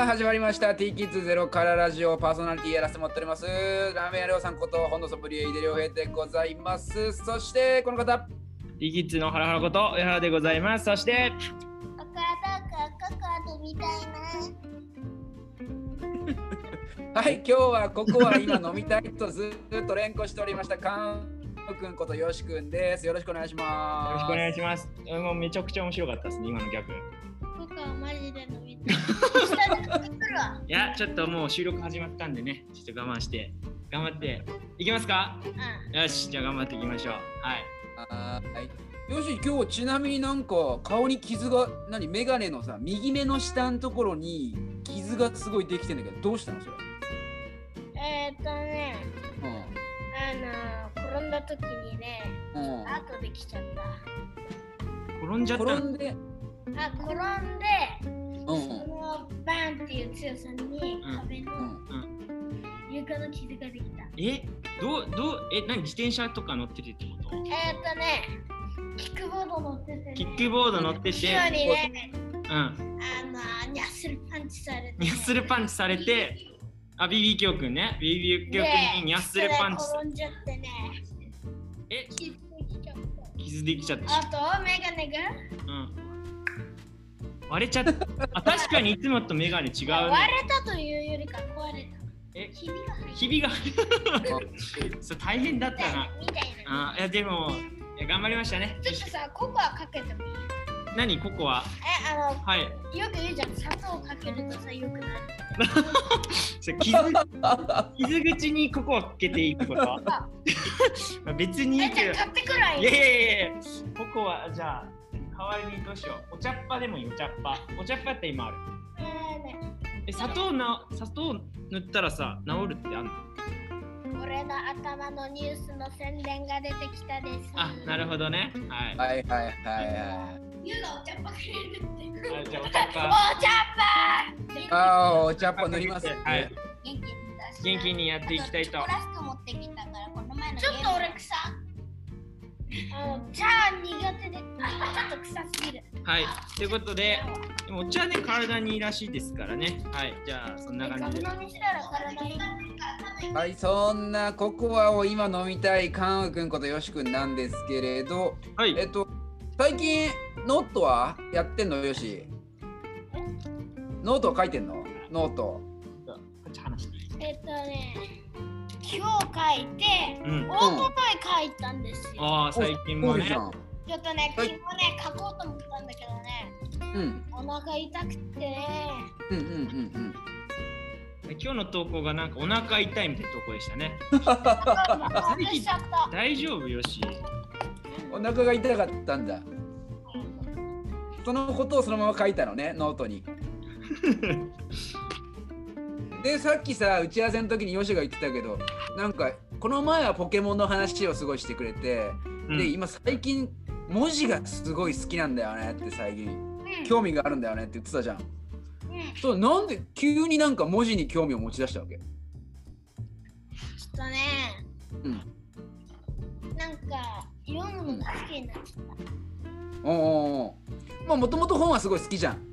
始まりました T キッズゼロからラジオパーソナリティやらせてもらっておりますラーメン屋りょうさんこと本土ソムリエ井出良平でございます。そしてこの方 T キッズのハラハラこと上原でございます。そしてお母とみたいはい、今日はここは今飲みたいとずっと連呼しておりましたカンくんことよしくんです。よろしくお願いします。 よろしくお願いします。もうめちゃくちゃ面白かったですね、今のギャグ。 な。僕はマジで飲みたい。 いや、ちょっともう収録始まったんでね、ちょっと我慢して頑張っていきますか。よし、じゃあ頑張っていきましょう。はい。 よし、今日ちなみになんか顔に傷がメガネのさ右目の下のところに傷がすごいできてんだけど、どうしたのそれ？ 転んだ時にね、後で来ちゃった。 転んじゃった。 転んで、そのバンっていう強さに壁の床の傷ができた。 何自転車とか乗っててってこと？ キックボード乗ってて、 キックボード乗ってて、 後ろにね、ニャッスルパンチされて、 BB 教訓ね。BB 教訓にニャッスルパンチ転んじゃってね。 傷できちゃった。 あとメガネが割れちゃった。確かにいつもとメガネ違うね。 割れたというよりか壊れた。ひびが入る。そう大変だったな。 みたいな。 いやでも頑張りましたね。 ちょっとさ、ココアかけてもいい？ 何ココア？はい。 よく言うじゃん、砂糖かけるとさ、よくなる。 傷口にココアかけていいってこと？別にいいけど。 じゃあ買ってくるわよ。 いやココアじゃあ代わりにどうしよう。お茶っ葉でもいい。お茶っ葉って今ある。砂糖塗ったらさ治るってあんの？ 俺の頭のニュースの宣伝が出てきたです。 なるほどね。 はい。 ユウがお茶っ葉くれるって。 じゃあお茶っ葉。 お茶っ葉塗ります。 はい。元気にやっていきたいと。 ちょっと俺草。茶苦手で、ちょっと臭すぎる。 はい。ということで、お茶ね体にいいらしいですからね。はい。じゃあそんな感じで。 はい、そんなココアを今飲みたいカンウくんことよしくんなんですけれど、 はい。 最近ノートはやってんのよし？ノートは書いてんの？ノート。 こっち話して。 今日書いて、大元へ書いたんですよ。 最近もね。 ちょっとね、昨日ね、書こうと思ったんだけどね、お腹痛くてね。 今日の投稿がなんかお腹痛いみたいな投稿でしたね。大丈夫よし。 お腹が痛かったんだ。そのことをそのまま書いたのね、ノートに。で、さっきさ、打ち合わせの時にヨシが言ってたけど、なんかこの前はポケモンの話をすごいしてくれて、で、今最近文字がすごい好きなんだよねって最近、興味があるんだよねって言ってたじゃん。そうなんで急になんか文字に興味を持ち出したわけ？ ちょっとね、なんか読むのが好きになっちゃった。 まあもともと本はすごい好きじゃん。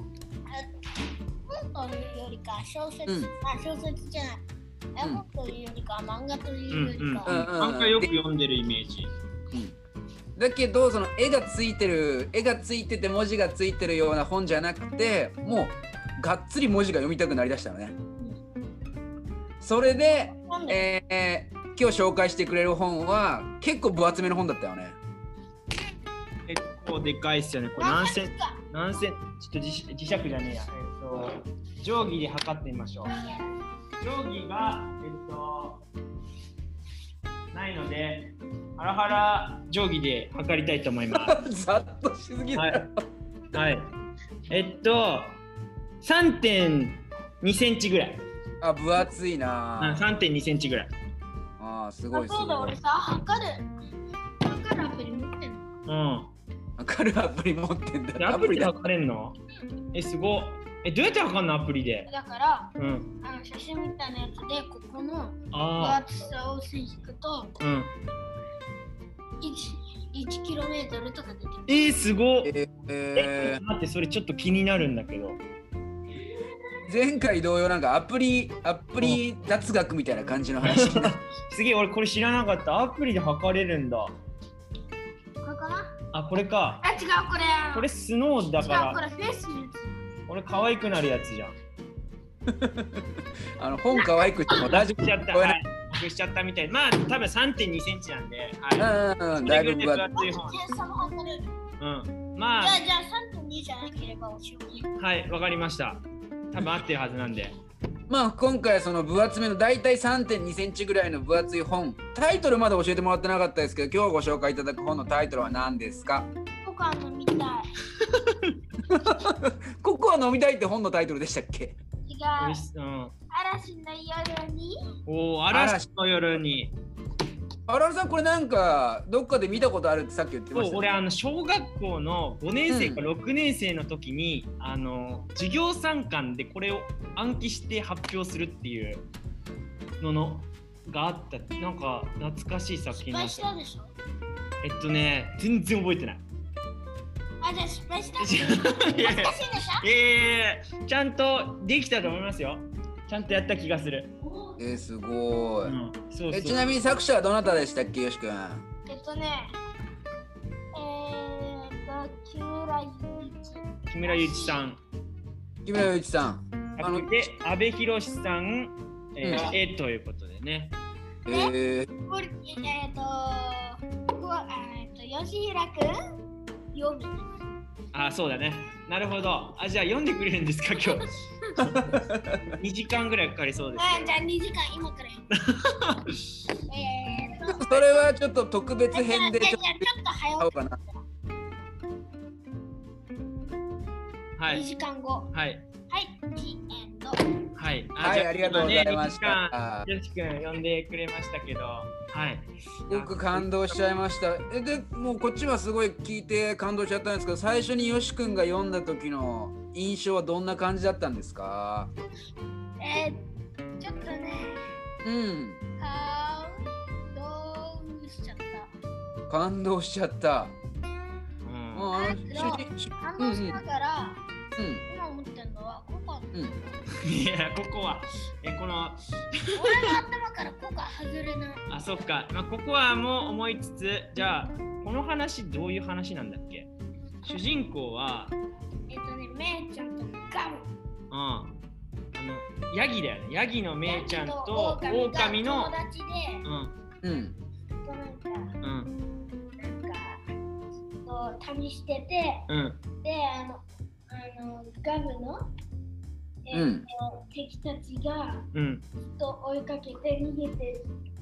本というよりか小説じゃない。本というよりか漫画というよりか。 漫画よく読んでるイメージ。 だけどその絵がついてて文字がついてるような本じゃなくて、もうがっつり文字が読みたくなりだしたのね。それで、今日紹介してくれる本は結構分厚めの本だったよね。 結構でかいっすよね。これ何センちょっと磁石じゃねえや。定規で測ってみましょう。定規がないので、ハラハラ定規で測りたいと思います。 ざっとしすぎる。 はい。3.2 センチぐらい。 分厚いな。 3.2 センチぐらい。 すごい。 そうだ、俺さ、測るアプリ持ってんの。 測るアプリ持ってんだ。 アプリで測れんの？すごい。どうやって測るのアプリで？ だから、写真みたいなやつでここの分厚さを線引くと、1km とか出てる。 すごい。 待ってそれちょっと気になるんだけど。 前回同様なんかアプリ雑学みたいな感じの話になる。 すげえ、俺これ知らなかった。アプリで測れるんだ。 これかな？ あ、これか。 あ、違う、これ。 これスノーだか違う、こら、 れフェイスのやこれ可愛くなるやつじゃん。 本可愛くしても大丈しちゃった。 これはい。僕しちゃったみたい。まあ、多分3.2センチなんで、は夫。 い。 だいぶ分厚いつ。 本。 点差も測れる。 まあ、 じゃあ3.2じゃなければ教えて。 はい、わかりました。多分合ってるはずなんで。 まあ今回その分厚めのだいたい 3.2 センチぐらいの分厚い本、タイトルまだ教えてもらってなかったですけど、今日ご紹介いただく本のタイトルは何ですか？ ココア飲みたい。 ココア飲みたいって本のタイトルでしたっけ？ 違おいう。 しうん。 嵐の夜に。 おお、嵐の夜に。 あらるさんこれなんかどっかで見たことあるってさっき言ってました、ね。 俺小学校の5年生か6年生の時に、授業参観でこれを暗記して発表するっていうのがあった。なんか懐かしい作品失敗したでしょ？ 全然覚えてない。 あ、じゃあ失敗したでしょ？懐かしいでしょ？ ちゃんとできたと思いますよ。ちゃんとやった気がする。 すごい、 そうそう。 ちなみに作者はどなたでしたっけ、よしくん？ 木村祐一さん。 木村祐一さん。 で、阿部寛さん、ということでね。 これ吉平くん読み。 あ、そうだね。なるほど。じゃあ読んでくれるんですか、今日。2時間ぐらいかかりそうです。 じゃあ2時間今から読む。 それはちょっと特別編でちょっと早おうかな。 はい。 2時間後。 はい。 はい、The End。 はい。 はい、ありがとうございました。 よしくん呼んでくれましたけど、はい。 僕感動しちゃいました。で、もうこっちはすごい聞いて感動しちゃったんですけど、最初によしくんが読んだ時の印象はどんな感じだったんですか？ ちょっとね、感動しちゃった。 感動しちゃった。 感動しながら、今思ってるのはココア。 いや、ここはこの俺の頭からココア外れない。 あ、そっか。まあ、ココアも思いつつ、じゃあこの話どういう話なんだっけ？主人公はめいちゃんとガム。 ヤギだよね。ヤギのめいちゃんとオオカミの友達で、旅してて、で、ガムの、敵たちがずっと追いかけて逃げて、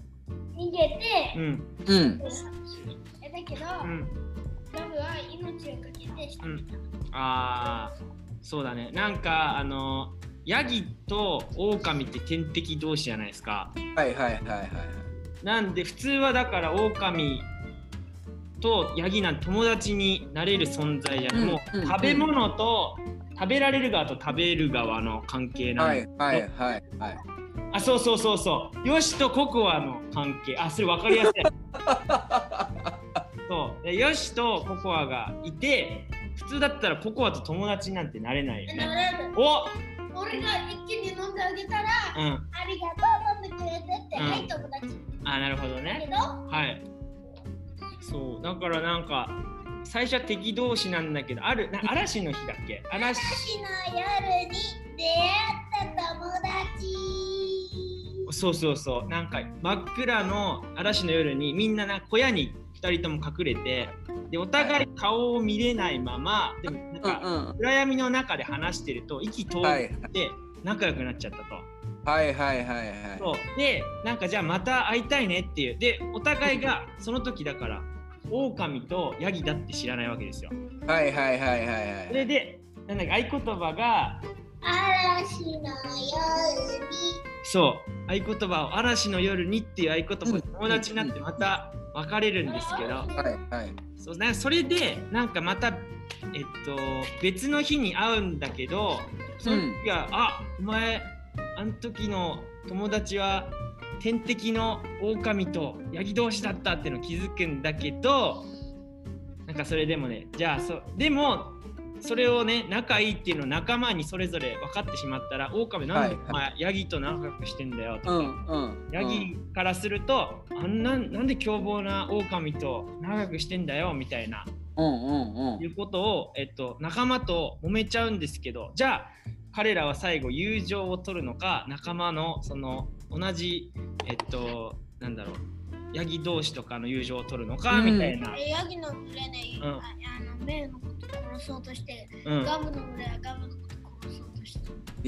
だけど、ガムは命をかけてしたみたいな。 そうだね。なんかヤギとオオカミって天敵同士じゃないですか。なんで普通はだからオオカミとヤギなんて友達になれる存在じゃない。もう食べ物と食べられる側と食べる側の関係なんで。そう。ヨシとココアの関係。それ分かりやすい。そうで、ヨシとココアがいて、普通だったらココアと友達なんてなれないよね。 俺が一気に飲んであげたら、ありがとう飲んでくれてって、はい、友達。 なるほどね。はい。そう、だからなんか最初は敵同士なんだけど、嵐の日だっけ？ 嵐の夜に出会った友達。 そう。なんか真っ暗の嵐の夜にみんな小屋に2人とも隠れて、でお互い顔を見れないまま、でもなんか暗闇の中で話してると意気投合して仲良くなっちゃったと。そうで、なんかじゃあまた会いたいねっていう。でお互いがその時だからオオカミとヤギだって知らないわけですよ。それでなんだっけ、合言葉が嵐の夜に。 そう、合言葉を嵐の夜にっていう合言葉で友達になってまた別れるんですけど、そうなんかそれでなんかまた別の日に会うんだけど、その時はお前あの時の友達は天敵のオオカミとヤギ同士だったっていうのを気づくんだけど、なんかそれでもね、じゃあでもそれをね仲いいっていうのを仲間にそれぞれ分かってしまったら、狼なんでヤギと仲良くしてんだよとか、ヤギからするとなんで凶暴な狼と仲良くしてんだよみたいな、いうことを、仲間と揉めちゃうんですけど、じゃあ彼らは最後友情を取るのか、仲間のその同じなんだろう、ヤギ同士とかの友情を取るのかみたいな。 ヤギの群れね、メイのこと殺そうとして、ガムの群れはガムのこと殺そうとして。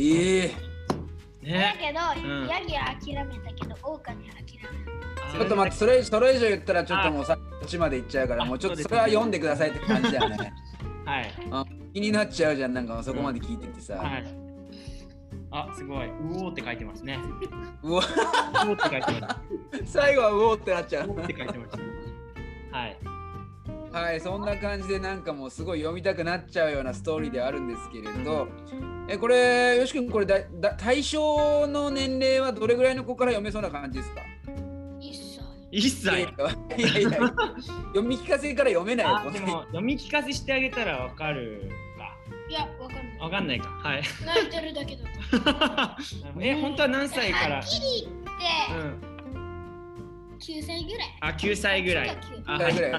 だけど、ヤギは諦めたけど、狼は諦めた。 ちょっと待って、それ以上言ったらちょっともうさっちまで行っちゃうから、もうちょっとそれは読んでくださいって感じだよね。 はい。 気になっちゃうじゃん、なんかそこまで聞いててさ。 あ、すごい。うおーって書いてますね。 うおーって書いてます。 最後はうおーってなっちゃう。 うおーって書いてました。はい。 はい、そんな感じでなんかもうすごい読みたくなっちゃうようなストーリーであるんですけれど、これ、よし君、これ対象の年齢はどれぐらいの子から読めそうな感じですか ？1歳。 いやいや、読み聞かせから読めないよ。 でも読み聞かせしてあげたらわかるか。 いや、わかんない。 わかんないか。はい。 泣いてるだけだと。 本当は何歳から？ はっきり言って、9歳ぐらい。 あ、9歳ぐらい。 9歳ぐらい。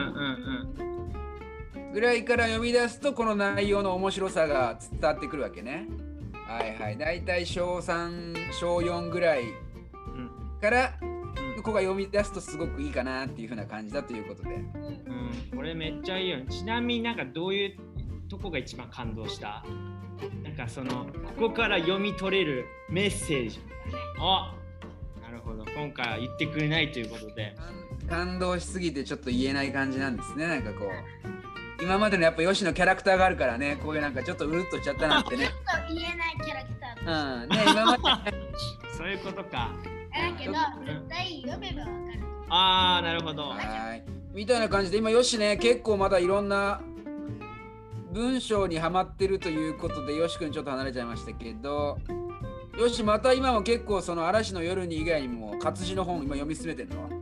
ぐらいから読み出すとこの内容の面白さが伝わってくるわけね。はいはい。だいたい小3、小4ぐらいから、ここが読み出すとすごくいいかなっていう風な感じだということで。 これめっちゃいいよ。ちなみになんかどういうとこが一番感動した？なんかそのここから読み取れるメッセージ。なるほど。今回は言ってくれないということで。 感動しすぎてちょっと言えない感じなんですね。なんかこう。今までのやっぱヨシのキャラクターがあるからね、こういうなんかちょっとうるっとしちゃったなってね。 ちょっと言えないキャラクター。 ね、今まで。 そういうことか。 だけど、絶対読めばわかる。 なるほど。 みたいな感じで、今ヨシね、結構まだいろんな文章にハマってるということで、ヨシ君ちょっと離れちゃいましたけど、ヨシまた今も結構その嵐の夜に以外にも活字の本今読み進めてるの？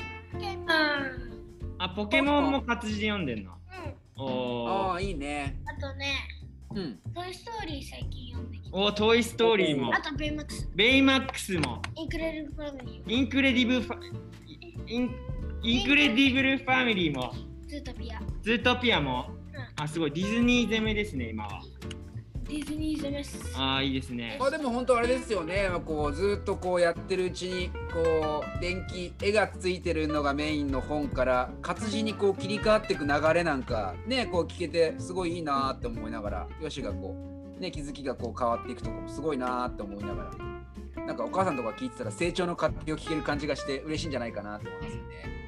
ポケモンも活字で読んでんの？ いいね。 あとね、トイストーリー最近読んできた。 トイストーリーも。 あとベイマックス。 ベイマックスも。 インクレディブルファミリー。 インクレディブルファミリーも。 ズートピア。 ズートピアも。すごいディズニー攻めですね今は。 ディズニー攻めです。 いいですね。 でも本当あれですよね。こうずっとこうやってるうちにこう絵がついてるのがメインの本から活字にこう切り替わっていく流れなんかね、こう聞けてすごいいいなって思いながら、ヨシがこうね気づきがこう変わっていくとこもすごいなって思いながら、なんかお母さんとか聞いてたら成長の過程を聞ける感じがして嬉しいんじゃないかなと思います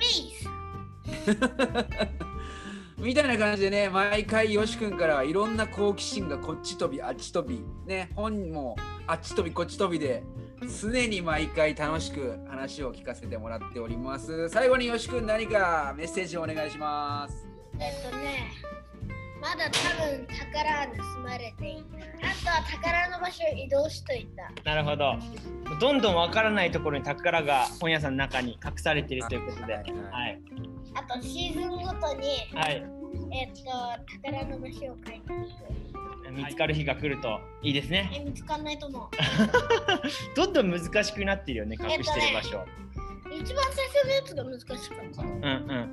ね。みたいな感じでね、毎回ヨシ君からはいろんな好奇心がこっち飛びあっち飛びね、本もあっち飛びこっち飛びで常に毎回楽しく話を聞かせてもらっております。最後にヨシ君何かメッセージをお願いします。 まだ多分宝は盗まれていた。あとは宝の場所を移動しといた。 なるほど。どんどんわからないところに宝が本屋さんの中に隠されているということで。 あとシーズンごとに、宝の場所を変えていく。 見つかる日が来るといいですね。 見つかんないと思う。 どんどん難しくなってるよね、隠してる場所。 一番最初のやつが難しかった。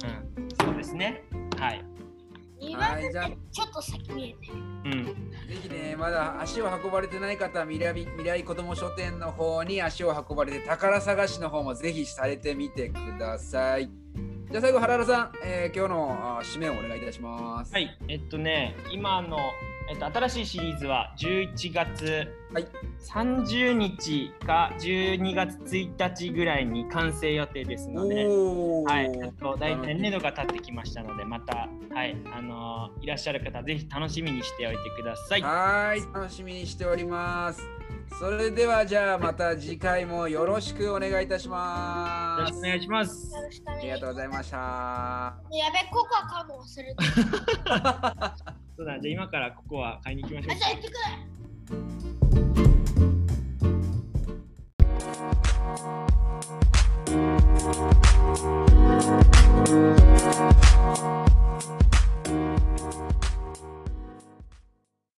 そうですね。はい。 2番目ちょっと先見えてる。 ぜひね、まだ足を運ばれてない方は未来子ども書店の方に足を運ばれて宝探しの方もぜひされてみてください。じゃあ最後原原さん、今日の締めをお願いいたします。 はい、今の、新しいシリーズは11月30日か12月1日ぐらいに完成予定ですので、大体ネドが立ってきましたので、また、いらっしゃる方ぜひ楽しみにしておいてください。 楽しみにしております。それではじゃあまた次回もよろしくお願いいたします。 よろしくお願いします。 ありがとうございました。 やべ、ココア買うの忘れてた。 そうだ、じゃあ今からココア買いに行きましょう。 じゃあ行ってくれ。